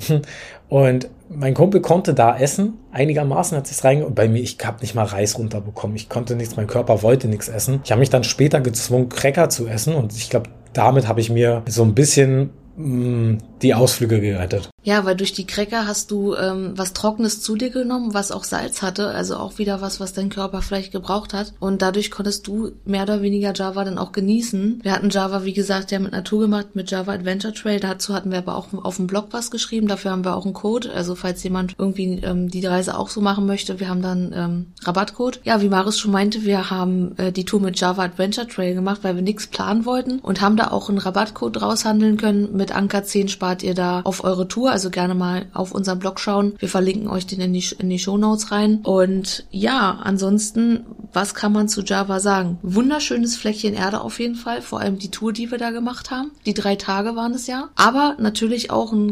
Und mein Kumpel konnte da essen, einigermaßen hat sich's reinge... Und bei mir, ich habe nicht mal Reis runterbekommen. Ich konnte nichts, mein Körper wollte nichts essen. Ich habe mich dann später gezwungen, Cracker zu essen. Und ich glaube, damit habe ich mir so ein bisschen mh, die Ausflüge gerettet. Ja, weil durch die Cracker hast du ähm, was Trockenes zu dir genommen, was auch Salz hatte, also auch wieder was, was dein Körper vielleicht gebraucht hat. Und dadurch konntest du mehr oder weniger Java dann auch genießen. Wir hatten Java, wie gesagt, ja mit Natur gemacht, mit Java Adventure Trail. Dazu hatten wir aber auch auf dem Blog was geschrieben. Dafür haben wir auch einen Code. Also falls jemand irgendwie ähm, die Reise auch so machen möchte, wir haben dann ähm, Rabattcode. Ja, wie Marius schon meinte, wir haben äh, die Tour mit Java Adventure Trail gemacht, weil wir nichts planen wollten und haben da auch einen Rabattcode raushandeln können. Mit Anker zehn spart ihr da auf eure Tour. Also gerne mal auf unseren Blog schauen. Wir verlinken euch den in die, in die Shownotes rein. Und ja, ansonsten, was kann man zu Java sagen? Wunderschönes Fleckchen Erde auf jeden Fall. Vor allem die Tour, die wir da gemacht haben. Die drei Tage waren es ja. Aber natürlich auch ein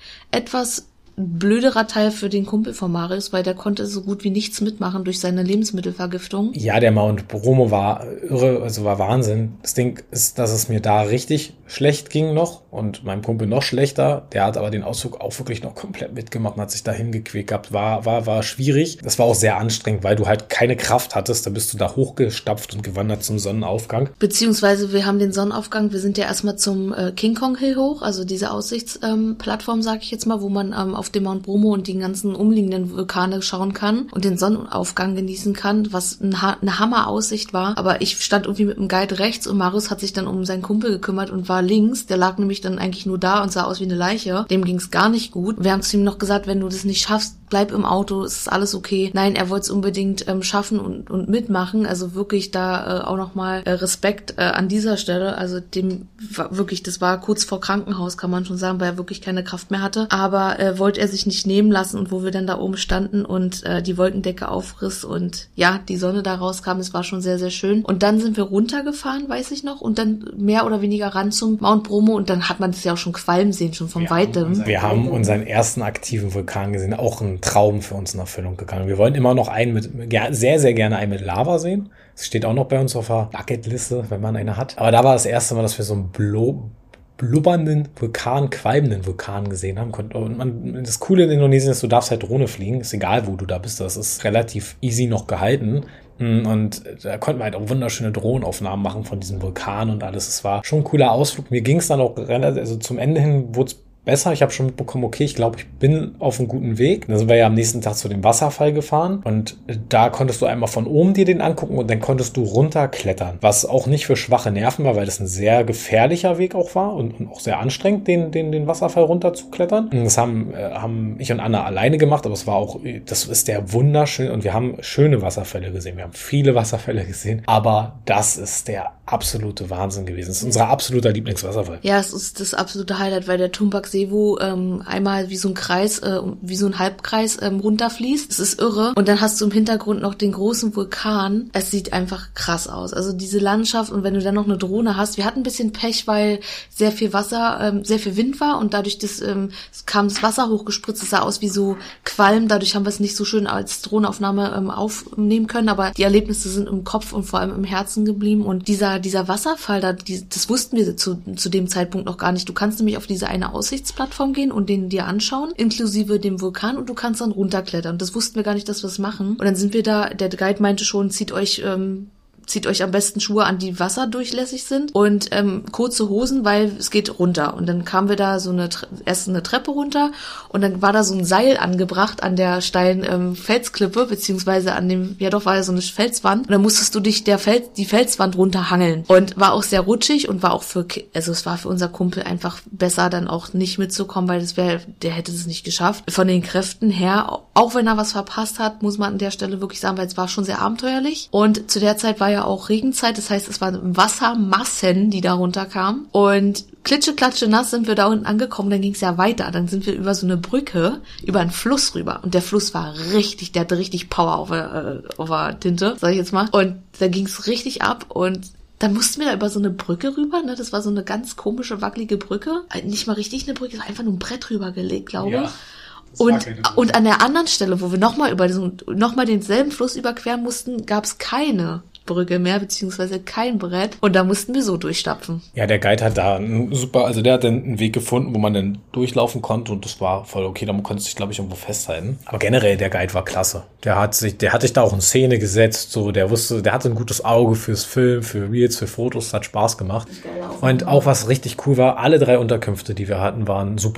etwas blöderer Teil für den Kumpel von Marius, weil der konnte so gut wie nichts mitmachen durch seine Lebensmittelvergiftung. Ja, der Mount Bromo war irre, also war Wahnsinn. Das Ding ist, dass es mir da richtig schlecht ging noch und meinem Kumpel noch schlechter. Der hat aber den Ausflug auch wirklich noch komplett mitgemacht und hat sich da hingequält gehabt. War, war, war schwierig. Das war auch sehr anstrengend, weil du halt keine Kraft hattest. Da bist du da hochgestapft und gewandert zum Sonnenaufgang. Beziehungsweise wir haben den Sonnenaufgang, wir sind ja erstmal zum äh, King Kong Hill hoch, also diese Aussichtsplattform, ähm, sag ich jetzt mal, wo man ähm, auf dem Mount Bromo und den ganzen umliegenden Vulkane schauen kann und den Sonnenaufgang genießen kann, was ein ha- eine Hammer-Aussicht war. Aber ich stand irgendwie mit dem Guide rechts und Marius hat sich dann um seinen Kumpel gekümmert und war links. Der lag nämlich dann eigentlich nur da und sah aus wie eine Leiche. Dem ging's gar nicht gut. Wir haben zu ihm noch gesagt, wenn du das nicht schaffst, bleib im Auto, es ist alles okay. Nein, er wollte es unbedingt ähm, schaffen und, und mitmachen. Also wirklich da äh, auch nochmal äh, Respekt äh, an dieser Stelle. Also dem war wirklich, das war kurz vor Krankenhaus, kann man schon sagen, weil er wirklich keine Kraft mehr hatte. Aber äh, wollte er sich nicht nehmen lassen und wo wir dann da oben standen und äh, die Wolkendecke aufriss und ja, die Sonne da rauskam, es war schon sehr, sehr schön. Und dann sind wir runtergefahren, weiß ich noch, und dann mehr oder weniger ran zum Mount Bromo und dann hat man das ja auch schon qualmen sehen, schon von wir Weitem. Haben, wir haben unseren ersten aktiven Vulkan gesehen, auch ein Traum für uns in Erfüllung gegangen. Wir wollen immer noch einen mit, sehr, sehr gerne einen mit Lava sehen. Das steht auch noch bei uns auf der Bucketliste, wenn man eine hat. Aber da war das erste Mal, dass wir so einen Blo blubbernden Vulkan, qualmenden Vulkan gesehen haben. Und man, das Coole in Indonesien ist, du darfst halt Drohne fliegen. Ist egal, wo du da bist. Das ist relativ easy noch gehalten. Und da konnten wir halt auch wunderschöne Drohnenaufnahmen machen von diesem Vulkan und alles. Es war schon ein cooler Ausflug. Mir ging es dann auch relativ, also zum Ende hin wurde es besser. Ich habe schon mitbekommen, okay, ich glaube, ich bin auf einem guten Weg. Dann sind wir ja am nächsten Tag zu dem Wasserfall gefahren und da konntest du einmal von oben dir den angucken und dann konntest du runterklettern, was auch nicht für schwache Nerven war, weil das ein sehr gefährlicher Weg auch war und, und auch sehr anstrengend, den, den, den Wasserfall runterzuklettern. Das haben, äh, haben ich und Anna alleine gemacht, aber es war auch, das ist der wunderschön und wir haben schöne Wasserfälle gesehen. Wir haben viele Wasserfälle gesehen, aber das ist der absolute Wahnsinn gewesen. Das ist unser absoluter Lieblingswasserfall. Ja, es ist das absolute Highlight, weil der Tumpak Sewu ähm, einmal wie so ein Kreis, äh, wie so ein Halbkreis ähm, runterfließt. Es ist irre. Und dann hast du im Hintergrund noch den großen Vulkan. Es sieht einfach krass aus. Also diese Landschaft und wenn du dann noch eine Drohne hast. Wir hatten ein bisschen Pech, weil sehr viel Wasser, ähm, sehr viel Wind war und dadurch das, ähm, kam das Wasser hochgespritzt. Es sah aus wie so Qualm. Dadurch haben wir es nicht so schön als Drohnenaufnahme ähm, aufnehmen können. Aber die Erlebnisse sind im Kopf und vor allem im Herzen geblieben. Und dieser dieser Wasserfall, da, die, das wussten wir zu, zu dem Zeitpunkt noch gar nicht. Du kannst nämlich auf diese eine Aussicht Plattform gehen und den dir anschauen, inklusive dem Vulkan und du kannst dann runterklettern. Das wussten wir gar nicht, dass wir es machen. Und dann sind wir da, der Guide meinte schon, zieht euch ähm, zieht euch am besten Schuhe an, die wasserdurchlässig sind und ähm, kurze Hosen, weil es geht runter. Und dann kamen wir da so eine, erst eine Treppe runter und dann war da so ein Seil angebracht an der steilen ähm, Felsklippe, beziehungsweise an dem, ja doch, war ja so eine Felswand. Und dann musstest du dich der Fels, die Felswand runterhangeln. Und war auch sehr rutschig und war auch für, also es war für unser Kumpel einfach besser, dann auch nicht mitzukommen, weil das wäre, der hätte es nicht geschafft. Von den Kräften her, auch wenn er was verpasst hat, muss man an der Stelle wirklich sagen, weil es war schon sehr abenteuerlich. Und zu der Zeit war ja auch Regenzeit, das heißt, es waren Wassermassen, die da runterkamen und klitsche, klatsche, nass sind wir da unten angekommen, dann ging es ja weiter, dann sind wir über so eine Brücke, über einen Fluss rüber und der Fluss war richtig, der hatte richtig Power auf der, äh, auf der Tinte, sag ich jetzt mal, und da ging es richtig ab und dann mussten wir da über so eine Brücke rüber, ne? Das war so eine ganz komische, wackelige Brücke, nicht mal richtig eine Brücke, es war einfach nur ein Brett rübergelegt, glaube ich. Ja. Und, und an der anderen Stelle, wo wir nochmal über diesen, nochmal denselben Fluss überqueren mussten, gab es keine Brücke mehr, beziehungsweise kein Brett. Und da mussten wir so durchstapfen. Ja, der Guide hat da einen super, also der hat dann einen Weg gefunden, wo man dann durchlaufen konnte und das war voll okay, da konntest du dich, glaube ich, irgendwo festhalten. Aber generell, der Guide war klasse. Der hat sich, der hat sich da auch in Szene gesetzt, so, der wusste, der hatte ein gutes Auge fürs Film, für Reels, für Fotos, hat Spaß gemacht. Und auch was richtig cool war, alle drei Unterkünfte, die wir hatten, waren super.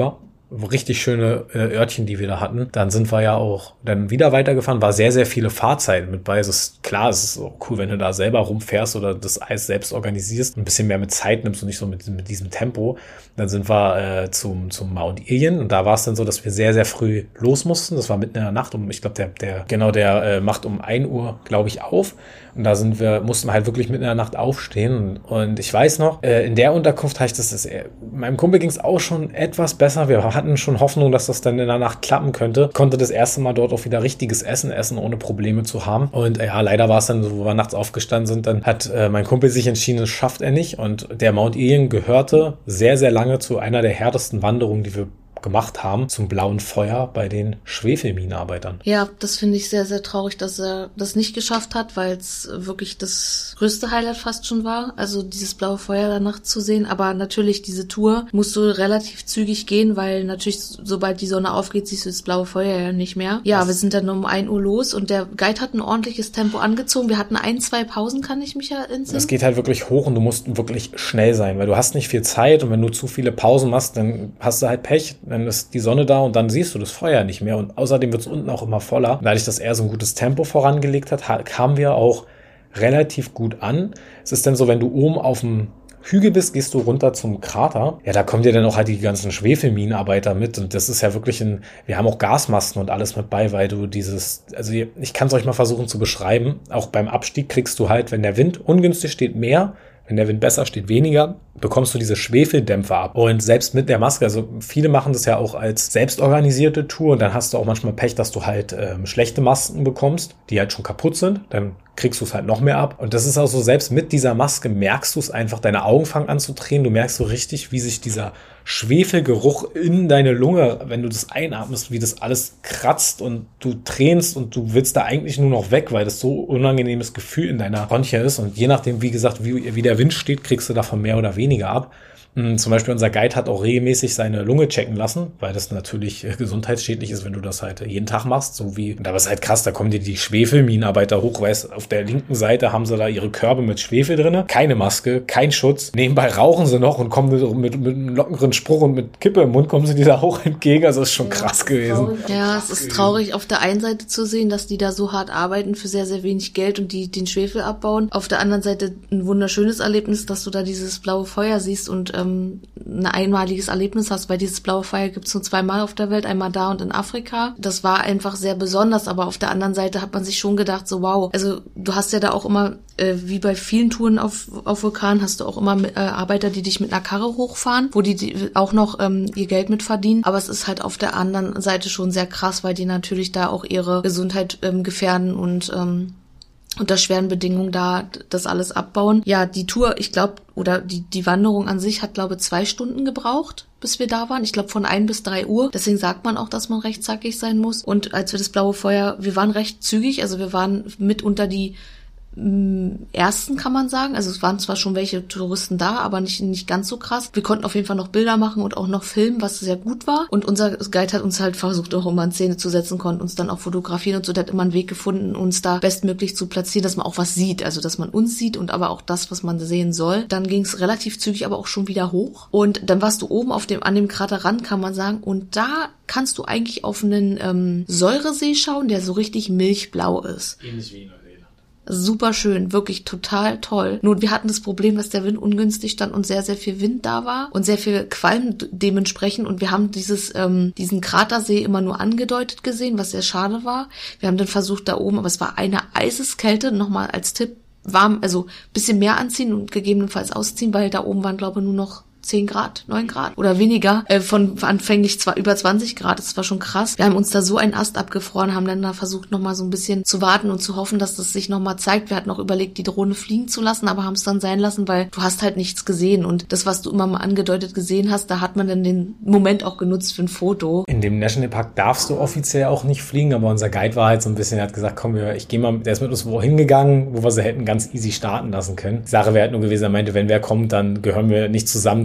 richtig schöne äh, Örtchen, die wir da hatten. Dann sind wir ja auch dann wieder weitergefahren, war sehr, sehr viele Fahrzeiten mit bei. Es ist klar, es ist auch cool, wenn du da selber rumfährst oder das Eis selbst organisierst, ein bisschen mehr mit Zeit nimmst und nicht so mit, mit diesem Tempo. Dann sind wir äh, zum, zum Mount Ilion und da war es dann so, dass wir sehr, sehr früh los mussten. Das war mitten in der Nacht um, ich glaube, der, der, genau, der äh, macht um ein Uhr, glaube ich, auf. Und da sind wir, mussten halt wirklich mitten in der Nacht aufstehen. Und ich weiß noch, äh, in der Unterkunft habe ich das, das äh, meinem Kumpel ging es auch schon etwas besser. Wir hatten schon Hoffnung, dass das dann in der Nacht klappen könnte. Konnte das erste Mal dort auch wieder richtiges Essen essen, ohne Probleme zu haben. Und äh, ja, leider war es dann so, wo wir nachts aufgestanden sind, dann hat äh, mein Kumpel sich entschieden, das schafft er nicht. Und der Mount Ilion gehörte sehr, sehr lange zu einer der härtesten Wanderungen, die wir gemacht haben, zum blauen Feuer bei den Schwefelminenarbeitern. Ja, das finde ich sehr, sehr traurig, dass er das nicht geschafft hat, weil es wirklich das größte Highlight fast schon war, also dieses blaue Feuer danach zu sehen. Aber natürlich, diese Tour musst du relativ zügig gehen, weil natürlich, sobald die Sonne aufgeht, siehst du das blaue Feuer ja nicht mehr. Ja, das wir sind dann um ein Uhr los und der Guide hat ein ordentliches Tempo angezogen. Wir hatten ein, zwei Pausen, kann ich mich erinnern. Das geht halt wirklich hoch und du musst wirklich schnell sein, weil du hast nicht viel Zeit und wenn du zu viele Pausen machst, dann hast du halt Pech. Dann ist die Sonne da und dann siehst du das Feuer nicht mehr. Und außerdem wird es unten auch immer voller. Dadurch, dass er so ein gutes Tempo vorangelegt hat, kamen wir auch relativ gut an. Es ist dann so, wenn du oben auf dem Hügel bist, gehst du runter zum Krater. Ja, da kommen dir dann auch halt die ganzen Schwefelminenarbeiter mit. Und das ist ja wirklich ein, wir haben auch Gasmasken und alles mit bei, weil du dieses, also ich kann es euch mal versuchen zu beschreiben. Auch beim Abstieg kriegst du halt, wenn der Wind ungünstig steht, mehr. Wenn der Wind besser steht, weniger, bekommst du diese Schwefeldämpfer ab. Und selbst mit der Maske, also viele machen das ja auch als selbstorganisierte Tour und dann hast du auch manchmal Pech, dass du halt ähm, schlechte Masken bekommst, die halt schon kaputt sind. Dann kriegst du es halt noch mehr ab. Und das ist auch so, selbst mit dieser Maske merkst du es einfach, deine Augen fangen an zu tränen. Du merkst so richtig, wie sich dieser Schwefelgeruch in deine Lunge, wenn du das einatmest, wie das alles kratzt und du tränst und du willst da eigentlich nur noch weg, weil das so unangenehmes Gefühl in deiner Bronchie ist. Und je nachdem, wie gesagt, wie, wie der Wind steht, kriegst du davon mehr oder weniger ab. Zum Beispiel unser Guide hat auch regelmäßig seine Lunge checken lassen, weil das natürlich gesundheitsschädlich ist, wenn du das halt jeden Tag machst, so wie, und da ist halt krass, da kommen dir die Schwefelminenarbeiter hoch, weißt, auf der linken Seite haben sie da ihre Körbe mit Schwefel drinne, keine Maske, kein Schutz, nebenbei rauchen sie noch und kommen mit, mit, mit einem lockeren Spruch und mit Kippe im Mund kommen sie dir da hoch entgegen, also ist schon ja, krass gewesen. Ja, es ist traurig auf der einen Seite zu sehen, dass die da so hart arbeiten für sehr, sehr wenig Geld und die den Schwefel abbauen, auf der anderen Seite ein wunderschönes Erlebnis, dass du da dieses blaue Feuer siehst und ähm, ein einmaliges Erlebnis hast, weil dieses blaue Feuer gibt es nur zweimal auf der Welt, einmal da und in Afrika. Das war einfach sehr besonders, aber auf der anderen Seite hat man sich schon gedacht, so wow, also du hast ja da auch immer, äh, wie bei vielen Touren auf, auf Vulkan, hast du auch immer äh, Arbeiter, die dich mit einer Karre hochfahren, wo die, die auch noch ähm, ihr Geld mit verdienen, aber es ist halt auf der anderen Seite schon sehr krass, weil die natürlich da auch ihre Gesundheit ähm, gefährden und ähm, unter schweren Bedingungen da das alles abbauen. Ja, die Tour, ich glaube, oder die die Wanderung an sich hat, glaube ich, zwei Stunden gebraucht, bis wir da waren. Ich glaube, von ein bis drei Uhr. Deswegen sagt man auch, dass man recht zackig sein muss. Und als wir das blaue Feuer, wir waren recht zügig, also wir waren mit unter die ersten, kann man sagen. Also es waren zwar schon welche Touristen da, aber nicht nicht ganz so krass. Wir konnten auf jeden Fall noch Bilder machen und auch noch filmen, was sehr gut war. Und unser Guide hat uns halt versucht, auch immer in Szene zu setzen, konnte uns dann auch fotografieren und so. Der hat immer einen Weg gefunden, uns da bestmöglich zu platzieren, dass man auch was sieht. Also dass man uns sieht und aber auch das, was man sehen soll. Dann ging es relativ zügig, aber auch schon wieder hoch. Und dann warst du oben auf dem an dem Kraterrand, kann man sagen. Und da kannst du eigentlich auf einen ähm, Säuresee schauen, der so richtig milchblau ist. Ähnlich wie in Super schön, wirklich total toll. Nur wir hatten das Problem, dass der Wind ungünstig stand und sehr, sehr viel Wind da war und sehr viel Qualm dementsprechend. Und wir haben dieses ähm, diesen Kratersee immer nur angedeutet gesehen, was sehr schade war. Wir haben dann versucht da oben, aber es war eine Eiseskälte, nochmal als Tipp, warm, also bisschen mehr anziehen und gegebenenfalls ausziehen, weil da oben waren, glaube ich, nur noch zehn Grad, neun Grad oder weniger, äh, von anfänglich zwar über zwanzig Grad, das war schon krass. Wir haben uns da so einen Ast abgefroren, haben dann da versucht, nochmal so ein bisschen zu warten und zu hoffen, dass das sich nochmal zeigt. Wir hatten auch überlegt, die Drohne fliegen zu lassen, aber haben es dann sein lassen, weil du hast halt nichts gesehen und das, was du immer mal angedeutet gesehen hast, da hat man dann den Moment auch genutzt für ein Foto. In dem Nationalpark darfst du offiziell auch nicht fliegen, aber unser Guide war halt so ein bisschen, er hat gesagt, komm, ich gehe mal, der ist mit uns wohin gegangen, wo wir sie hätten ganz easy starten lassen können. Die Sache wäre halt nur gewesen, er meinte, wenn wer kommt, dann gehören wir nicht zusammen,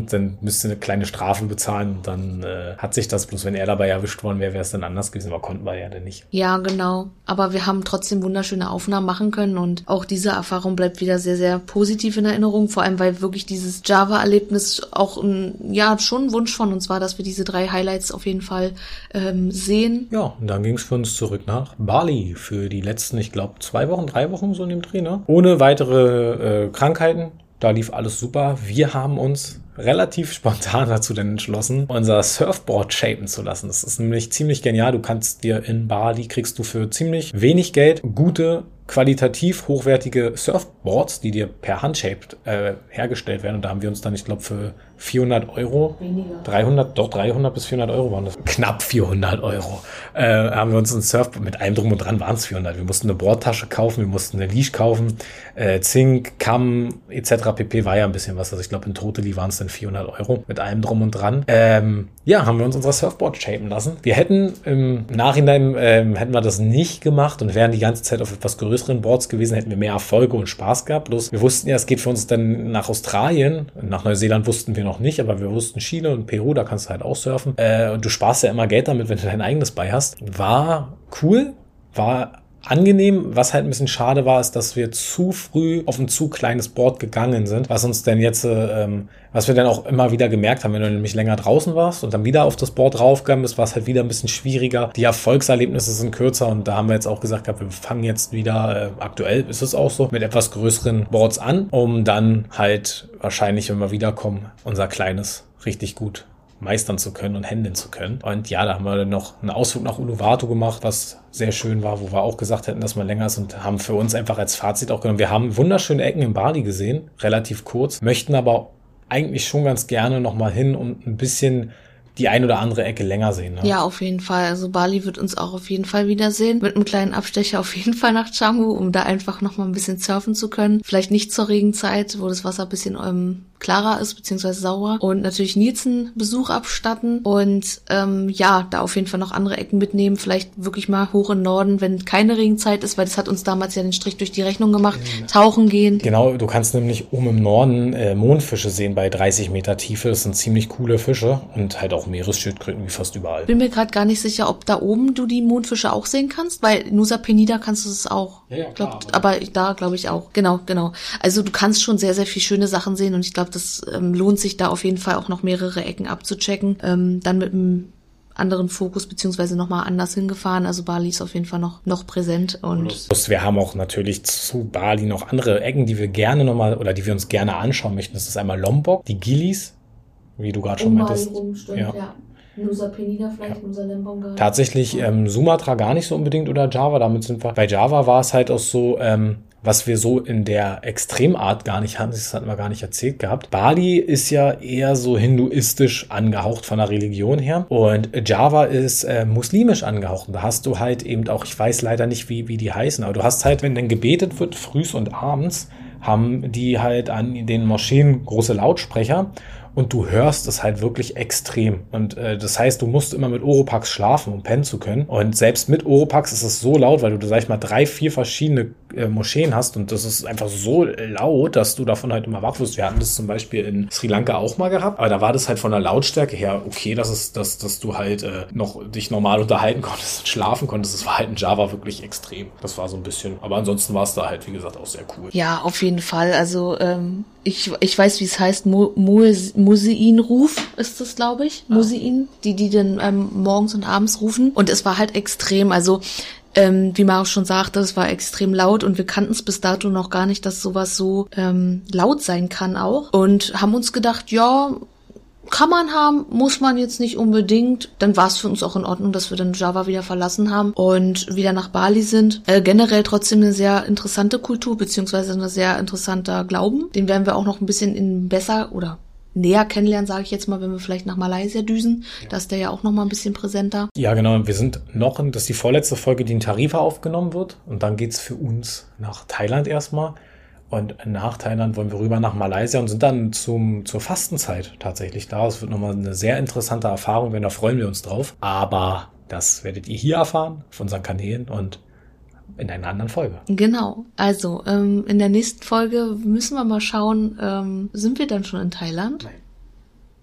und dann müsste eine kleine Strafe bezahlen und dann äh, hat sich das, bloß wenn er dabei erwischt worden wäre, wäre es dann anders gewesen, aber konnten wir ja dann nicht. Ja, genau. Aber wir haben trotzdem wunderschöne Aufnahmen machen können und auch diese Erfahrung bleibt wieder sehr, sehr positiv in Erinnerung, vor allem weil wirklich dieses Java-Erlebnis auch ein, ja, schon ein Wunsch von uns war, dass wir diese drei Highlights auf jeden Fall ähm, sehen. Ja, und dann ging es für uns zurück nach Bali für die letzten, ich glaube, zwei Wochen, drei Wochen so in dem Dreh, ne? Ohne weitere äh, Krankheiten. Da lief alles super. Wir haben uns relativ spontan dazu dann entschlossen, unser Surfboard shapen zu lassen. Das ist nämlich ziemlich genial. Du kannst dir in Bali, kriegst du für ziemlich wenig Geld gute, qualitativ hochwertige Surfboards, die dir per Hand-shaped äh, hergestellt werden. Und da haben wir uns dann, ich glaube, für vierhundert Euro, weniger. dreihundert, doch dreihundert bis vierhundert Euro waren das. Knapp vierhundert Euro. Äh, haben wir uns ein Surfboard, mit allem drum und dran waren es vierhundert. Wir mussten eine Bordtasche kaufen, wir mussten eine Leash kaufen, äh, Zink, Kamm et cetera pp. War ja ein bisschen was. Also ich glaube, in Totally waren es dann vierhundert Euro mit allem drum und dran. Ähm, ja, haben wir uns unser Surfboard shapen lassen. Wir hätten im Nachhinein, ähm, hätten wir das nicht gemacht und wären die ganze Zeit auf etwas größeren Boards gewesen, hätten wir mehr Erfolge und Spaß gehabt. Bloß wir wussten ja, es geht für uns dann nach Australien. Nach Neuseeland wussten wir noch nicht, aber wir wussten Chile und Peru, da kannst du halt auch surfen. Äh, und du sparst ja immer Geld damit, wenn du dein eigenes bei hast. War cool, war angenehm. Was halt ein bisschen schade war, ist, dass wir zu früh auf ein zu kleines Board gegangen sind, was uns denn jetzt, ähm, was wir dann auch immer wieder gemerkt haben, wenn du nämlich länger draußen warst und dann wieder auf das Board raufgegangen bist, war es halt wieder ein bisschen schwieriger. Die Erfolgserlebnisse sind kürzer und da haben wir jetzt auch gesagt gehabt, wir fangen jetzt wieder, äh, aktuell ist es auch so, mit etwas größeren Boards an, um dann halt wahrscheinlich, wenn wir wiederkommen, unser kleines richtig gut meistern zu können und handeln zu können. Und ja, da haben wir dann noch einen Ausflug nach Uluwatu gemacht, was sehr schön war, wo wir auch gesagt hätten, dass man länger ist und haben für uns einfach als Fazit auch genommen. Wir haben wunderschöne Ecken in Bali gesehen, relativ kurz, möchten aber eigentlich schon ganz gerne nochmal hin und ein bisschen die ein oder andere Ecke länger sehen. Ne? Ja, auf jeden Fall. Also Bali wird uns auch auf jeden Fall wiedersehen. Mit einem kleinen Abstecher auf jeden Fall nach Canggu, um da einfach nochmal ein bisschen surfen zu können. Vielleicht nicht zur Regenzeit, wo das Wasser ein bisschen ähm, klarer ist, beziehungsweise sauer. Und natürlich Nils einen Besuch abstatten. Und ähm, ja, da auf jeden Fall noch andere Ecken mitnehmen. Vielleicht wirklich mal hoch in Norden, wenn keine Regenzeit ist, weil das hat uns damals ja den Strich durch die Rechnung gemacht. Mhm. Tauchen gehen. Genau, du kannst nämlich oben im Norden äh, Mondfische sehen bei dreißig Meter Tiefe. Das sind ziemlich coole Fische und halt auch Meeresschildkröten wie fast überall. Bin mir gerade gar nicht sicher, ob da oben du die Mondfische auch sehen kannst, weil Nusa Penida kannst du es auch. Ja, ja, klar, glaub, aber, aber da glaube ich auch. Genau, genau. Also du kannst schon sehr, sehr viel schöne Sachen sehen und ich glaube, das ähm, lohnt sich da auf jeden Fall auch noch mehrere Ecken abzuchecken. Ähm, dann mit einem anderen Fokus beziehungsweise nochmal anders hingefahren. Also Bali ist auf jeden Fall noch noch präsent. Und wir haben auch natürlich zu Bali noch andere Ecken, die wir gerne nochmal oder die wir uns gerne anschauen möchten. Das ist einmal Lombok, die Gilis, wie du gerade schon meintest. Ja. ja. Nusa Penida vielleicht, ja. Nusa Lembonga. Tatsächlich ähm, Sumatra gar nicht so unbedingt oder Java, damit sind wir. Bei Java war es halt auch so, ähm, was wir so in der Extremart gar nicht hatten, das hatten wir gar nicht erzählt gehabt. Bali ist ja eher so hinduistisch angehaucht von der Religion her und Java ist äh, muslimisch angehaucht. Und da hast du halt eben auch, ich weiß leider nicht, wie, wie die heißen, aber du hast halt, wenn dann gebetet wird, frühs und abends, haben die halt an den Moscheen große Lautsprecher. Und du hörst es halt wirklich extrem. Und äh, das heißt, du musst immer mit Oropax schlafen, um pennen zu können. Und selbst mit Oropax ist es so laut, weil du, sag ich mal, drei, vier verschiedene äh, Moscheen hast. Und das ist einfach so laut, dass du davon halt immer wach wirst. Wir hatten das zum Beispiel in Sri Lanka auch mal gehabt. Aber da war das halt von der Lautstärke her okay, dass, es, dass, dass du halt äh, noch dich normal unterhalten konntest und schlafen konntest. Das war halt in Java wirklich extrem. Das war so ein bisschen. Aber ansonsten war es da halt, wie gesagt, auch sehr cool. Ja, auf jeden Fall. Also ähm, ich, ich weiß, wie es heißt. Mu- Mu- Muezzin-Ruf ist das, glaube ich. Ah. Muezzin, die, die dann ähm, morgens und abends rufen. Und es war halt extrem, also ähm, wie Maro schon sagte, es war extrem laut und wir kannten es bis dato noch gar nicht, dass sowas so ähm, laut sein kann auch. Und haben uns gedacht, ja, kann man haben, muss man jetzt nicht unbedingt. Dann war es für uns auch in Ordnung, dass wir dann Java wieder verlassen haben und wieder nach Bali sind. Äh, generell trotzdem eine sehr interessante Kultur, beziehungsweise ein sehr interessanter Glauben. Den werden wir auch noch ein bisschen in besser oder näher kennenlernen, sage ich jetzt mal, wenn wir vielleicht nach Malaysia düsen. Ja. Da ist der ja auch noch mal ein bisschen präsenter. Ja, genau. Wir sind noch, in, das ist die vorletzte Folge, die in Tarifa aufgenommen wird. Und dann geht's für uns nach Thailand erstmal. Und nach Thailand wollen wir rüber nach Malaysia und sind dann zum, zur Fastenzeit tatsächlich da. Es wird nochmal eine sehr interessante Erfahrung, denn da freuen wir uns drauf. Aber das werdet ihr hier erfahren, auf unseren Kanälen und in einer anderen Folge. Genau. Also, ähm, in der nächsten Folge müssen wir mal schauen, ähm, sind wir dann schon in Thailand? Nein.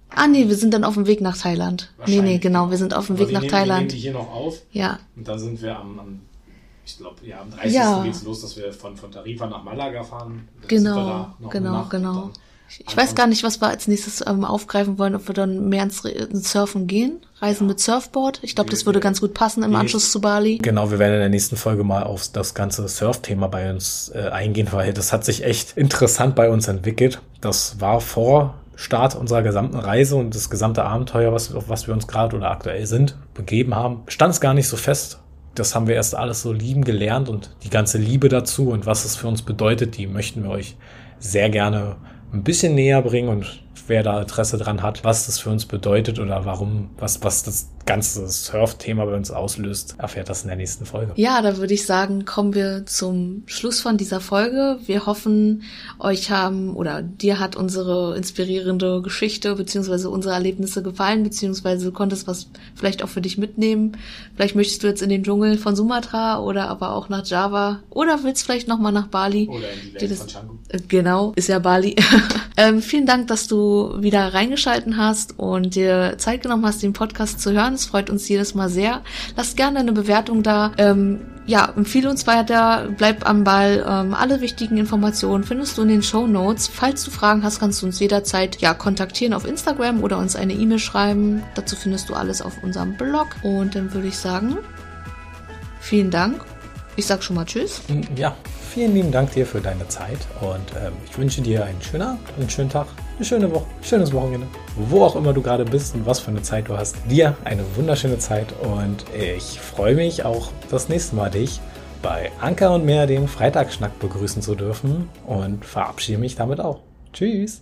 Ah, nee, wir sind dann auf dem Weg nach Thailand. Nee, nee, genau, wir sind auf dem Aber Weg nach nehmen, Thailand. Wir nehmen die hier noch auf. Ja. Und dann sind wir am, am ich glaube, ja, am dreißigsten Ja. geht's los, dass wir von, von Tarifa nach Malaga fahren. Dann Genau, sind wir da noch eine genau, Nacht genau. und dann Ich weiß gar nicht, was wir als nächstes ähm, aufgreifen wollen, ob wir dann mehr ins, Re- ins Surfen gehen, Reisen Ja. mit Surfboard. Ich glaube, das würde ganz gut passen im Die- Anschluss zu Bali. Genau, wir werden in der nächsten Folge mal auf das ganze Surf-Thema bei uns äh, eingehen, weil das hat sich echt interessant bei uns entwickelt. Das war vor Start unserer gesamten Reise und das gesamte Abenteuer, was, auf was wir uns gerade oder aktuell sind, begeben haben, stand es gar nicht so fest. Das haben wir erst alles so lieben gelernt und die ganze Liebe dazu und was es für uns bedeutet, die möchten wir euch sehr gerne ein bisschen näher bringen und wer da Interesse dran hat, was das für uns bedeutet oder warum, was, was das ganze Surf-Thema bei uns auslöst, erfährt das in der nächsten Folge. Ja, da würde ich sagen, kommen wir zum Schluss von dieser Folge. Wir hoffen, euch haben oder dir hat unsere inspirierende Geschichte beziehungsweise unsere Erlebnisse gefallen, beziehungsweise du konntest was vielleicht auch für dich mitnehmen. Vielleicht möchtest du jetzt in den Dschungel von Sumatra oder aber auch nach Java oder willst vielleicht nochmal nach Bali. Oder in die Dir Welt das- von Canggu. Äh, Genau, ist ja Bali. ähm, vielen Dank, dass du wieder reingeschalten hast und dir Zeit genommen hast, den Podcast zu hören. Es freut uns jedes Mal sehr. Lass gerne eine Bewertung da. Ähm, ja, empfehle uns weiter, bleib am Ball. Ähm, alle wichtigen Informationen findest du in den Shownotes. Falls du Fragen hast, kannst du uns jederzeit ja kontaktieren auf Instagram oder uns eine E-Mail schreiben. Dazu findest du alles auf unserem Blog. Und dann würde ich sagen, vielen Dank. Ich sag schon mal Tschüss. Ja, vielen lieben Dank dir für deine Zeit und ähm, ich wünsche dir einen schönen Abend, einen schönen Tag, eine schöne Woche, ein schönes Wochenende, wo auch immer du gerade bist und was für eine Zeit du hast. Dir eine wunderschöne Zeit und ich freue mich auch das nächste Mal dich bei Anker und mehr, dem Freitagsschnack begrüßen zu dürfen und verabschiede mich damit auch. Tschüss!